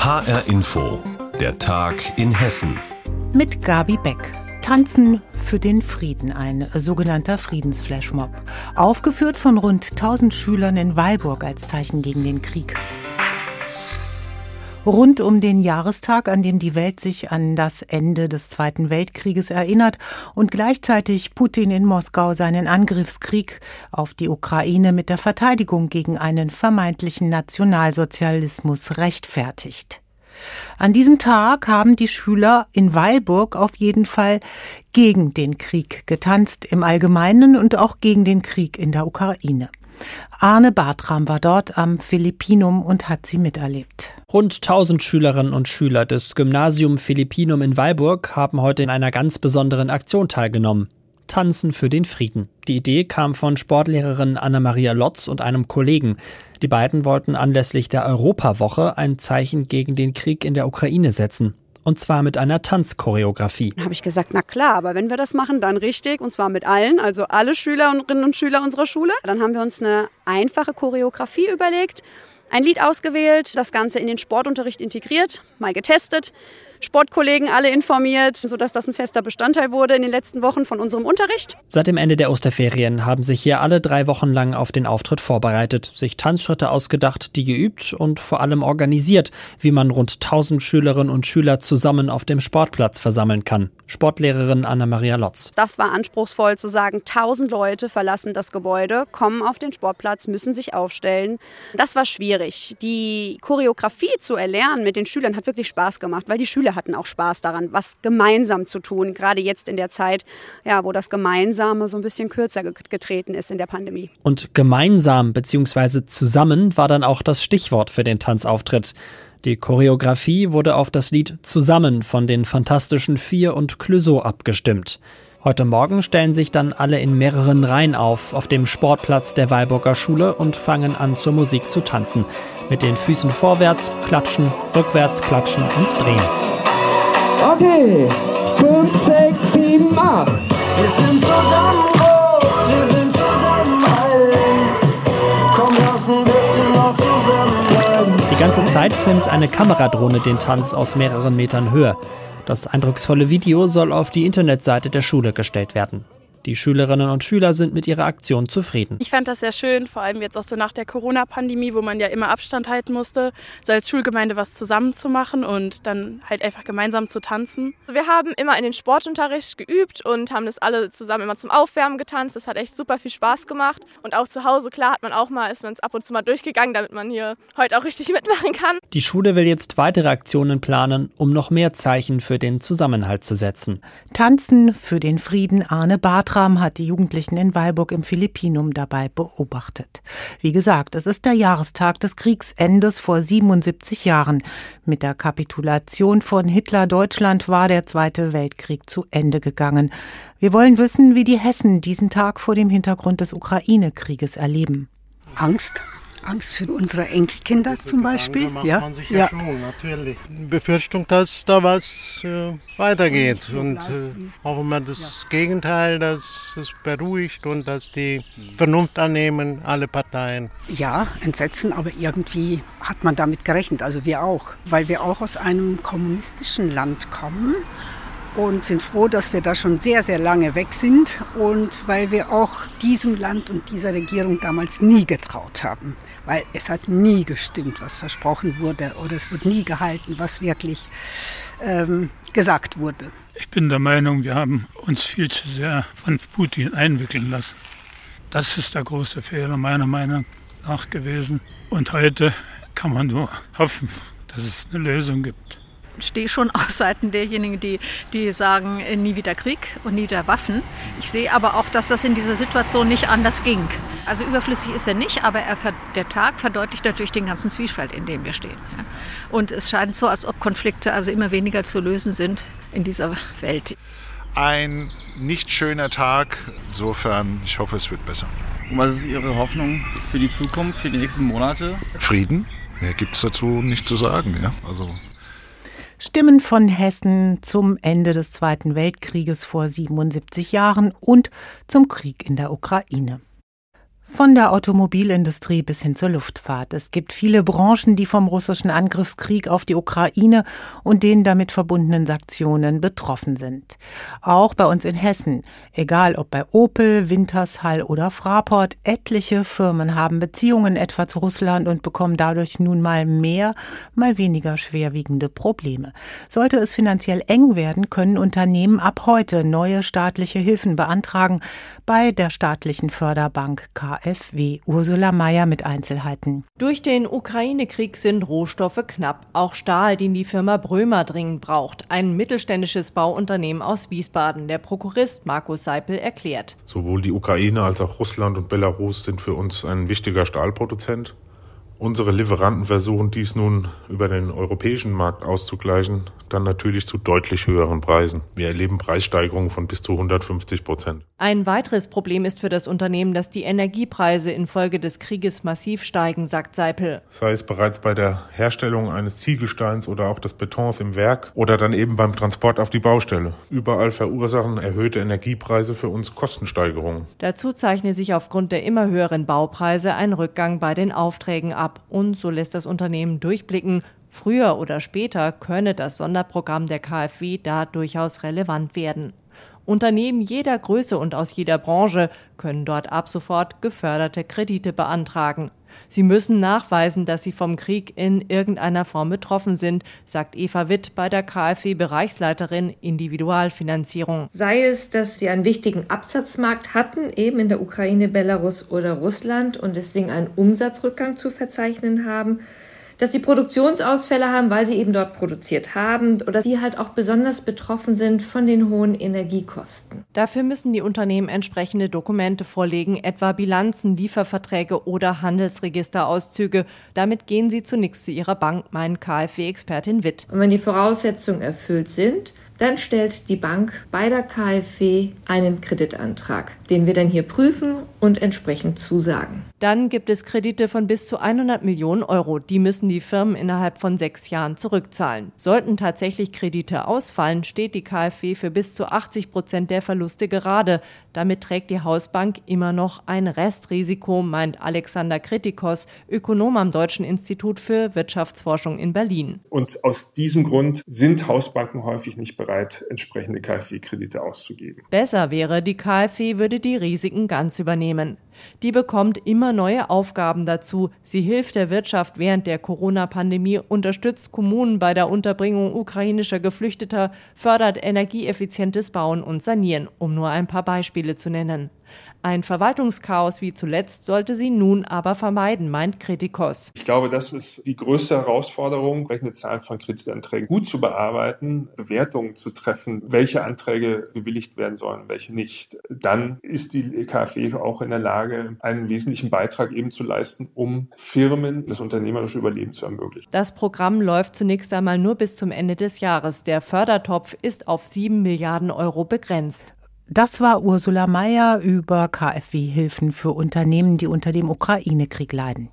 HR Info, der Tag in Hessen. Mit Gabi Beck. Tanzen für den Frieden, ein sogenannter Friedensflashmob. Aufgeführt von rund 1000 Schülern in Weilburg als Zeichen gegen den Krieg. Rund um den Jahrestag, an dem die Welt sich an das Ende des Zweiten Weltkrieges erinnert und gleichzeitig Putin in Moskau seinen Angriffskrieg auf die Ukraine mit der Verteidigung gegen einen vermeintlichen Nationalsozialismus rechtfertigt. An diesem Tag haben die Schüler in Weilburg auf jeden Fall gegen den Krieg getanzt im Allgemeinen und auch gegen den Krieg in der Ukraine. Arne Bartram war dort am Philippinum und hat sie miterlebt. Rund 1000 Schülerinnen und Schüler des Gymnasium Philippinum in Weilburg haben heute in einer ganz besonderen Aktion teilgenommen. Tanzen für den Frieden. Die Idee kam von Sportlehrerin Anna-Maria Lotz und einem Kollegen. Die beiden wollten anlässlich der Europawoche ein Zeichen gegen den Krieg in der Ukraine setzen. Und zwar mit einer Tanzchoreografie. Dann habe ich gesagt, na klar, aber wenn wir das machen, dann richtig. Und zwar mit allen, also alle Schülerinnen und Schüler unserer Schule. Dann haben wir uns eine einfache Choreografie überlegt, ein Lied ausgewählt, das Ganze in den Sportunterricht integriert, mal getestet. Sportkollegen alle informiert, sodass das ein fester Bestandteil wurde in den letzten Wochen von unserem Unterricht. Seit dem Ende der Osterferien haben sich hier alle 3 Wochen lang auf den Auftritt vorbereitet, sich Tanzschritte ausgedacht, die geübt und vor allem organisiert, wie man rund 1000 Schülerinnen und Schüler zusammen auf dem Sportplatz versammeln kann. Sportlehrerin Anna-Maria Lotz. Das war anspruchsvoll zu sagen, 1000 Leute verlassen das Gebäude, kommen auf den Sportplatz, müssen sich aufstellen. Das war schwierig. Die Choreografie zu erlernen mit den Schülern hat wirklich Spaß gemacht, weil die Schüler hatten auch Spaß daran, was gemeinsam zu tun, gerade jetzt in der Zeit, ja, wo das Gemeinsame so ein bisschen kürzer getreten ist in der Pandemie. Und gemeinsam bzw. zusammen war dann auch das Stichwort für den Tanzauftritt. Die Choreografie wurde auf das Lied Zusammen von den Fantastischen Vier und Clouseau abgestimmt. Heute Morgen stellen sich dann alle in mehreren Reihen auf dem Sportplatz der Weilburger Schule und fangen an, zur Musik zu tanzen. Mit den Füßen vorwärts, klatschen, rückwärts, klatschen und drehen. Okay, 5, 6, 7, 8. Wir sind zusammen groß, wir sind zusammen eins. Komm, lass ein bisschen noch zusammenbleiben. Die ganze Zeit filmt eine Kameradrohne den Tanz aus mehreren Metern Höhe. Das eindrucksvolle Video soll auf die Internetseite der Schule gestellt werden. Die Schülerinnen und Schüler sind mit ihrer Aktion zufrieden. Ich fand das sehr schön, vor allem jetzt auch so nach der Corona-Pandemie, wo man ja immer Abstand halten musste, so als Schulgemeinde was zusammen zu machen und dann halt einfach gemeinsam zu tanzen. Wir haben immer in den Sportunterricht geübt und haben das alle zusammen immer zum Aufwärmen getanzt. Das hat echt super viel Spaß gemacht. Und auch zu Hause, klar, ist man es ab und zu mal durchgegangen, damit man hier heute auch richtig mitmachen kann. Die Schule will jetzt weitere Aktionen planen, um noch mehr Zeichen für den Zusammenhalt zu setzen. Tanzen für den Frieden. Arne Bartram hat die Jugendlichen in Weilburg im Philippinum dabei beobachtet. Wie gesagt, es ist der Jahrestag des Kriegsendes vor 77 Jahren. Mit der Kapitulation von Hitler-Deutschland war der Zweite Weltkrieg zu Ende gegangen. Wir wollen wissen, wie die Hessen diesen Tag vor dem Hintergrund des Ukraine-Krieges erleben. Angst für unsere Enkelkinder zum Beispiel. Ja. Man sich ja schon, natürlich. Befürchtung, dass da was weitergeht. Und hoffen wir das Gegenteil, dass es beruhigt und dass die Vernunft annehmen, alle Parteien. Ja, Entsetzen, aber irgendwie hat man damit gerechnet, also wir auch. Weil wir auch aus einem kommunistischen Land kommen. Und sind froh, dass wir da schon sehr, sehr lange weg sind und weil wir auch diesem Land und dieser Regierung damals nie getraut haben. Weil es hat nie gestimmt, was versprochen wurde oder es wird nie gehalten, was wirklich gesagt wurde. Ich bin der Meinung, wir haben uns viel zu sehr von Putin einwickeln lassen. Das ist der große Fehler meiner Meinung nach gewesen. Und heute kann man nur hoffen, dass es eine Lösung gibt. Ich stehe schon auf Seiten derjenigen, die sagen, nie wieder Krieg und nie wieder Waffen. Ich sehe aber auch, dass das in dieser Situation nicht anders ging. Also überflüssig ist er nicht, aber der Tag verdeutlicht natürlich den ganzen Zwiespalt, in dem wir stehen. Und es scheint so, als ob Konflikte also immer weniger zu lösen sind in dieser Welt. Ein nicht schöner Tag, insofern, ich hoffe, es wird besser. Und was ist Ihre Hoffnung für die Zukunft, für die nächsten Monate? Frieden, mehr gibt es dazu nicht zu sagen, ja, also... Stimmen von Hessen zum Ende des Zweiten Weltkrieges vor 77 Jahren und zum Krieg in der Ukraine. Von der Automobilindustrie bis hin zur Luftfahrt. Es gibt viele Branchen, die vom russischen Angriffskrieg auf die Ukraine und den damit verbundenen Sanktionen betroffen sind. Auch bei uns in Hessen. Egal ob bei Opel, Wintershall oder Fraport, etliche Firmen haben Beziehungen etwa zu Russland und bekommen dadurch nun mal mehr, mal weniger schwerwiegende Probleme. Sollte es finanziell eng werden, können Unternehmen ab heute neue staatliche Hilfen beantragen bei der staatlichen Förderbank KfW. Ursula Mayer mit Einzelheiten. Durch den Ukraine-Krieg sind Rohstoffe knapp. Auch Stahl, den die Firma Brömer dringend braucht. Ein mittelständisches Bauunternehmen aus Wiesbaden. Der Prokurist Markus Seipel erklärt. Sowohl die Ukraine als auch Russland und Belarus sind für uns ein wichtiger Stahlproduzent. Unsere Lieferanten versuchen dies nun über den europäischen Markt auszugleichen, dann natürlich zu deutlich höheren Preisen. Wir erleben Preissteigerungen von bis zu 150%. Ein weiteres Problem ist für das Unternehmen, dass die Energiepreise infolge des Krieges massiv steigen, sagt Seipel. Sei es bereits bei der Herstellung eines Ziegelsteins oder auch des Betons im Werk oder dann eben beim Transport auf die Baustelle. Überall verursachen erhöhte Energiepreise für uns Kostensteigerungen. Dazu zeichne sich aufgrund der immer höheren Baupreise ein Rückgang bei den Aufträgen ab. Und so lässt das Unternehmen durchblicken, früher oder später könne das Sonderprogramm der KfW da durchaus relevant werden. Unternehmen jeder Größe und aus jeder Branche können dort ab sofort geförderte Kredite beantragen. Sie müssen nachweisen, dass sie vom Krieg in irgendeiner Form betroffen sind, sagt Eva Witt bei der KfW-Bereichsleiterin Individualfinanzierung. Sei es, dass sie einen wichtigen Absatzmarkt hatten, eben in der Ukraine, Belarus oder Russland und deswegen einen Umsatzrückgang zu verzeichnen haben, dass sie Produktionsausfälle haben, weil sie eben dort produziert haben oder sie halt auch besonders betroffen sind von den hohen Energiekosten. Dafür müssen die Unternehmen entsprechende Dokumente vorlegen, etwa Bilanzen, Lieferverträge oder Handelsregisterauszüge. Damit gehen sie zunächst zu ihrer Bank, meint KfW-Expertin Witt. Und wenn die Voraussetzungen erfüllt sind, dann stellt die Bank bei der KfW einen Kreditantrag, den wir dann hier prüfen und entsprechend zusagen. Dann gibt es Kredite von bis zu 100 Millionen Euro. Die müssen die Firmen innerhalb von 6 Jahren zurückzahlen. Sollten tatsächlich Kredite ausfallen, steht die KfW für bis zu 80% der Verluste gerade. Damit trägt die Hausbank immer noch ein Restrisiko, meint Alexander Kritikos, Ökonom am Deutschen Institut für Wirtschaftsforschung in Berlin. Und aus diesem Grund sind Hausbanken häufig nicht bereit, entsprechende KfW-Kredite auszugeben. Besser wäre, die KfW würde die Risiken ganz übernehmen. Die bekommt immer neue Aufgaben dazu. Sie hilft der Wirtschaft während der Corona-Pandemie, unterstützt Kommunen bei der Unterbringung ukrainischer Geflüchteter, fördert energieeffizientes Bauen und Sanieren, um nur ein paar Beispiele zu nennen. Ein Verwaltungschaos wie zuletzt sollte sie nun aber vermeiden, meint Kritikos. Ich glaube, das ist die größte Herausforderung, entsprechende Zahlen von Kreditanträgen gut zu bearbeiten, Bewertungen zu treffen, welche Anträge bewilligt werden sollen, welche nicht. Dann ist die KfW auch in der Lage, einen wesentlichen Beitrag eben zu leisten, um Firmen das unternehmerische Überleben zu ermöglichen. Das Programm läuft zunächst einmal nur bis zum Ende des Jahres. Der Fördertopf ist auf 7 Milliarden Euro begrenzt. Das war Ursula Mayer über KfW-Hilfen für Unternehmen, die unter dem Ukraine-Krieg leiden.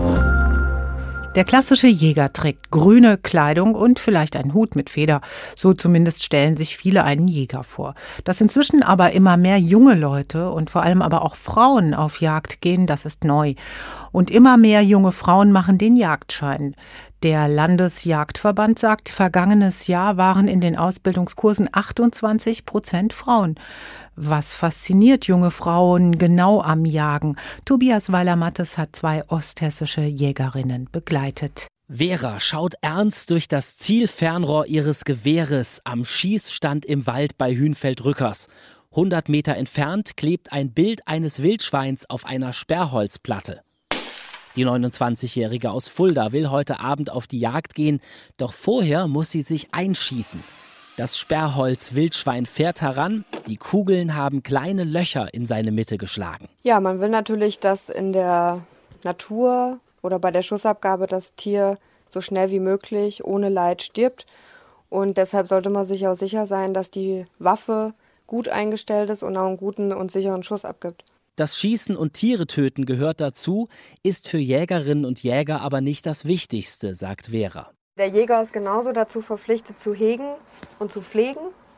Der klassische Jäger trägt grüne Kleidung und vielleicht einen Hut mit Feder. So zumindest stellen sich viele einen Jäger vor. Dass inzwischen aber immer mehr junge Leute und vor allem aber auch Frauen auf Jagd gehen, das ist neu. Und immer mehr junge Frauen machen den Jagdschein. Der Landesjagdverband sagt, vergangenes Jahr waren in den Ausbildungskursen 28% Frauen. Was fasziniert junge Frauen genau am Jagen? Tobias Weiler-Mattes hat 2 osthessische Jägerinnen begleitet. Vera schaut ernst durch das Zielfernrohr ihres Gewehres am Schießstand im Wald bei Hünfeld-Rückers. 100 Meter entfernt klebt ein Bild eines Wildschweins auf einer Sperrholzplatte. Die 29-Jährige aus Fulda will heute Abend auf die Jagd gehen, doch vorher muss sie sich einschießen. Das Sperrholz-Wildschwein fährt heran, die Kugeln haben kleine Löcher in seine Mitte geschlagen. Ja, man will natürlich, dass in der Natur oder bei der Schussabgabe das Tier so schnell wie möglich ohne Leid stirbt. Und deshalb sollte man sich auch sicher sein, dass die Waffe gut eingestellt ist und auch einen guten und sicheren Schuss abgibt. Das Schießen und Tiere töten gehört dazu, ist für Jägerinnen und Jäger aber nicht das Wichtigste, sagt Vera. Der Jäger ist genauso dazu verpflichtet zu hegen und zu pflegen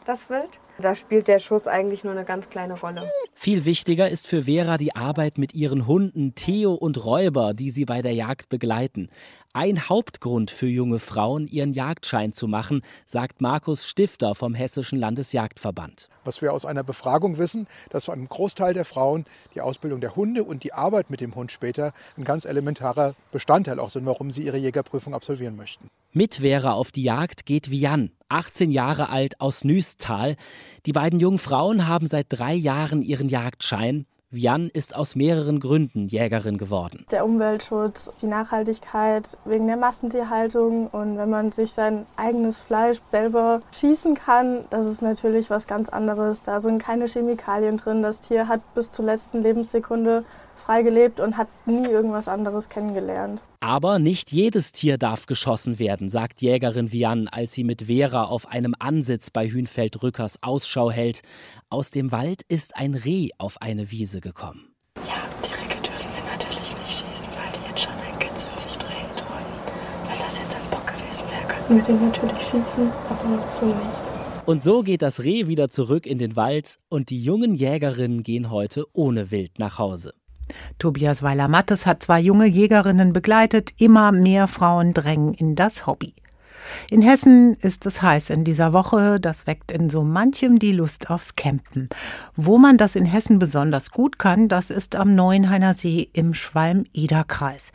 das Wild. Da spielt der Schuss eigentlich nur eine ganz kleine Rolle. Viel wichtiger ist für Vera die Arbeit mit ihren Hunden Theo und Räuber, die sie bei der Jagd begleiten. Ein Hauptgrund für junge Frauen, ihren Jagdschein zu machen, sagt Markus Stifter vom Hessischen Landesjagdverband. Was wir aus einer Befragung wissen, dass für einen Großteil der Frauen die Ausbildung der Hunde und die Arbeit mit dem Hund später ein ganz elementarer Bestandteil auch sind, warum sie ihre Jägerprüfung absolvieren möchten. Mit Vera auf die Jagd geht Vian, 18 Jahre alt, aus Nüstal. Die beiden jungen Frauen haben seit 3 Jahren ihren Jagdschein. Vian ist aus mehreren Gründen Jägerin geworden. Der Umweltschutz, die Nachhaltigkeit wegen der Massentierhaltung und wenn man sich sein eigenes Fleisch selber schießen kann, das ist natürlich was ganz anderes. Da sind keine Chemikalien drin. Das Tier hat bis zur letzten Lebenssekunde frei gelebt und hat nie irgendwas anderes kennengelernt. Aber nicht jedes Tier darf geschossen werden, sagt Jägerin Vian, als sie mit Vera auf einem Ansitz bei Hünfeld-Rückers Ausschau hält. Aus dem Wald ist ein Reh auf eine Wiese gekommen. Ja, die Ricke dürfen wir natürlich nicht schießen, weil die jetzt schon Enkels in sich trägt. Und wenn das jetzt ein Bock gewesen wäre, könnten wir den natürlich schießen, aber so nicht. Und so geht das Reh wieder zurück in den Wald und die jungen Jägerinnen gehen heute ohne Wild nach Hause. Tobias Weiler-Mattes hat 2 junge Jägerinnen begleitet. Immer mehr Frauen drängen in das Hobby. In Hessen ist es heiß in dieser Woche. Das weckt in so manchem die Lust aufs Campen. Wo man das in Hessen besonders gut kann, das ist am Neuenhainer See im Schwalm-Eder-Kreis.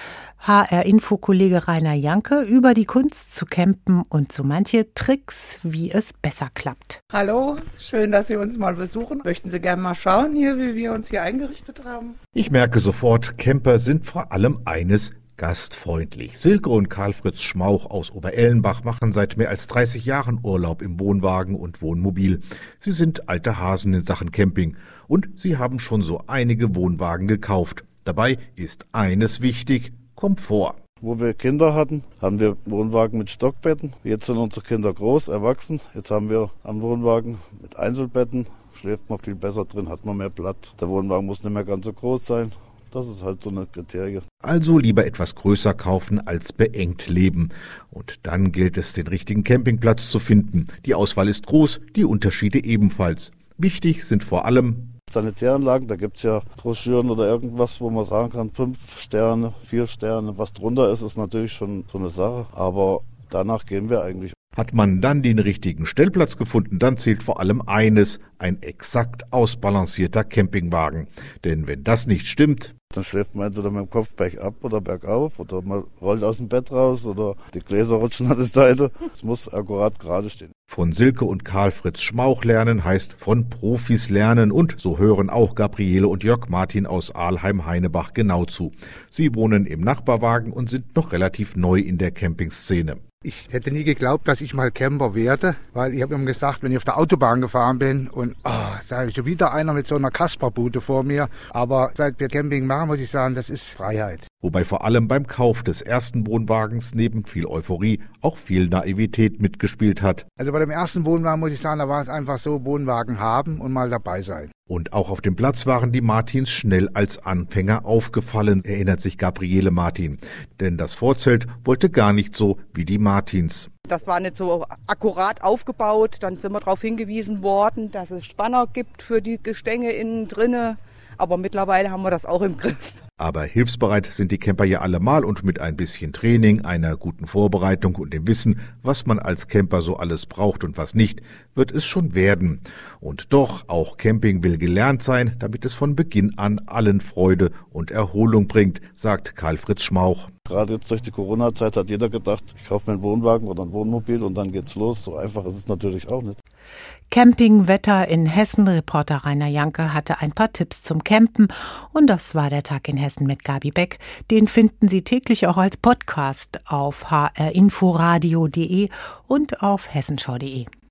HR-Info-Kollege Rainer Janke über die Kunst zu campen und so manche Tricks, wie es besser klappt. Hallo, schön, dass Sie uns mal besuchen. Möchten Sie gerne mal schauen hier, wie wir uns hier eingerichtet haben? Ich merke sofort, Camper sind vor allem eines: gastfreundlich. Silke und Karl-Fritz Schmauch aus Oberellenbach machen seit mehr als 30 Jahren Urlaub im Wohnwagen und Wohnmobil. Sie sind alte Hasen in Sachen Camping und sie haben schon so einige Wohnwagen gekauft. Dabei ist eines wichtig: Komfort. Wo wir Kinder hatten, haben wir Wohnwagen mit Stockbetten. Jetzt sind unsere Kinder groß, erwachsen. Jetzt haben wir einen Wohnwagen mit Einzelbetten. Schläft man viel besser drin, hat man mehr Platz. Der Wohnwagen muss nicht mehr ganz so groß sein. Das ist halt so eine Kriterie. Also lieber etwas größer kaufen als beengt leben. Und dann gilt es, den richtigen Campingplatz zu finden. Die Auswahl ist groß, die Unterschiede ebenfalls. Wichtig sind vor allem Sanitäranlagen, da gibt es ja Broschüren oder irgendwas, wo man sagen kann, 5 Sterne, 4 Sterne. Was drunter ist, ist natürlich schon so eine Sache. Aber danach gehen wir eigentlich. Hat man dann den richtigen Stellplatz gefunden, dann zählt vor allem eines: ein exakt ausbalancierter Campingwagen. Denn wenn das nicht stimmt, dann schläft man entweder mit dem Kopf bergab oder bergauf oder man rollt aus dem Bett raus oder die Gläser rutschen an die Seite. Es muss akkurat gerade stehen. Von Silke und Karl-Fritz Schmauch lernen heißt von Profis lernen, und so hören auch Gabriele und Jörg Martin aus Alheim-Heinebach genau zu. Sie wohnen im Nachbarwagen und sind noch relativ neu in der Campingszene. Ich hätte nie geglaubt, dass ich mal Camper werde, weil ich habe ihm gesagt, wenn ich auf der Autobahn gefahren bin und da habe ich schon wieder einer mit so einer Kasperbude vor mir. Aber seit wir Camping machen, muss ich sagen, das ist Freiheit. Wobei vor allem beim Kauf des ersten Wohnwagens neben viel Euphorie auch viel Naivität mitgespielt hat. Also bei dem ersten Wohnwagen muss ich sagen, da war es einfach so, Wohnwagen haben und mal dabei sein. Und auch auf dem Platz waren die Martins schnell als Anfänger aufgefallen, erinnert sich Gabriele Martin. Denn das Vorzelt wollte gar nicht so wie die Martins. Das war nicht so akkurat aufgebaut. Dann sind wir darauf hingewiesen worden, dass es Spanner gibt für die Gestänge innen drinne. Aber mittlerweile haben wir das auch im Griff. Aber hilfsbereit sind die Camper ja allemal, und mit ein bisschen Training, einer guten Vorbereitung und dem Wissen, was man als Camper so alles braucht und was nicht, wird es schon werden. Und doch, auch Camping will gelernt sein, damit es von Beginn an allen Freude und Erholung bringt, sagt Karl-Fritz Schmauch. Gerade jetzt durch die Corona-Zeit hat jeder gedacht, ich kaufe mir einen Wohnwagen oder ein Wohnmobil und dann geht's los. So einfach ist es natürlich auch nicht. Campingwetter in Hessen. Reporter Rainer Janke hatte ein paar Tipps zum Campen. Und das war der Tag in Hessen mit Gabi Beck. Den finden Sie täglich auch als Podcast auf hrinforadio.de und auf hessenschau.de.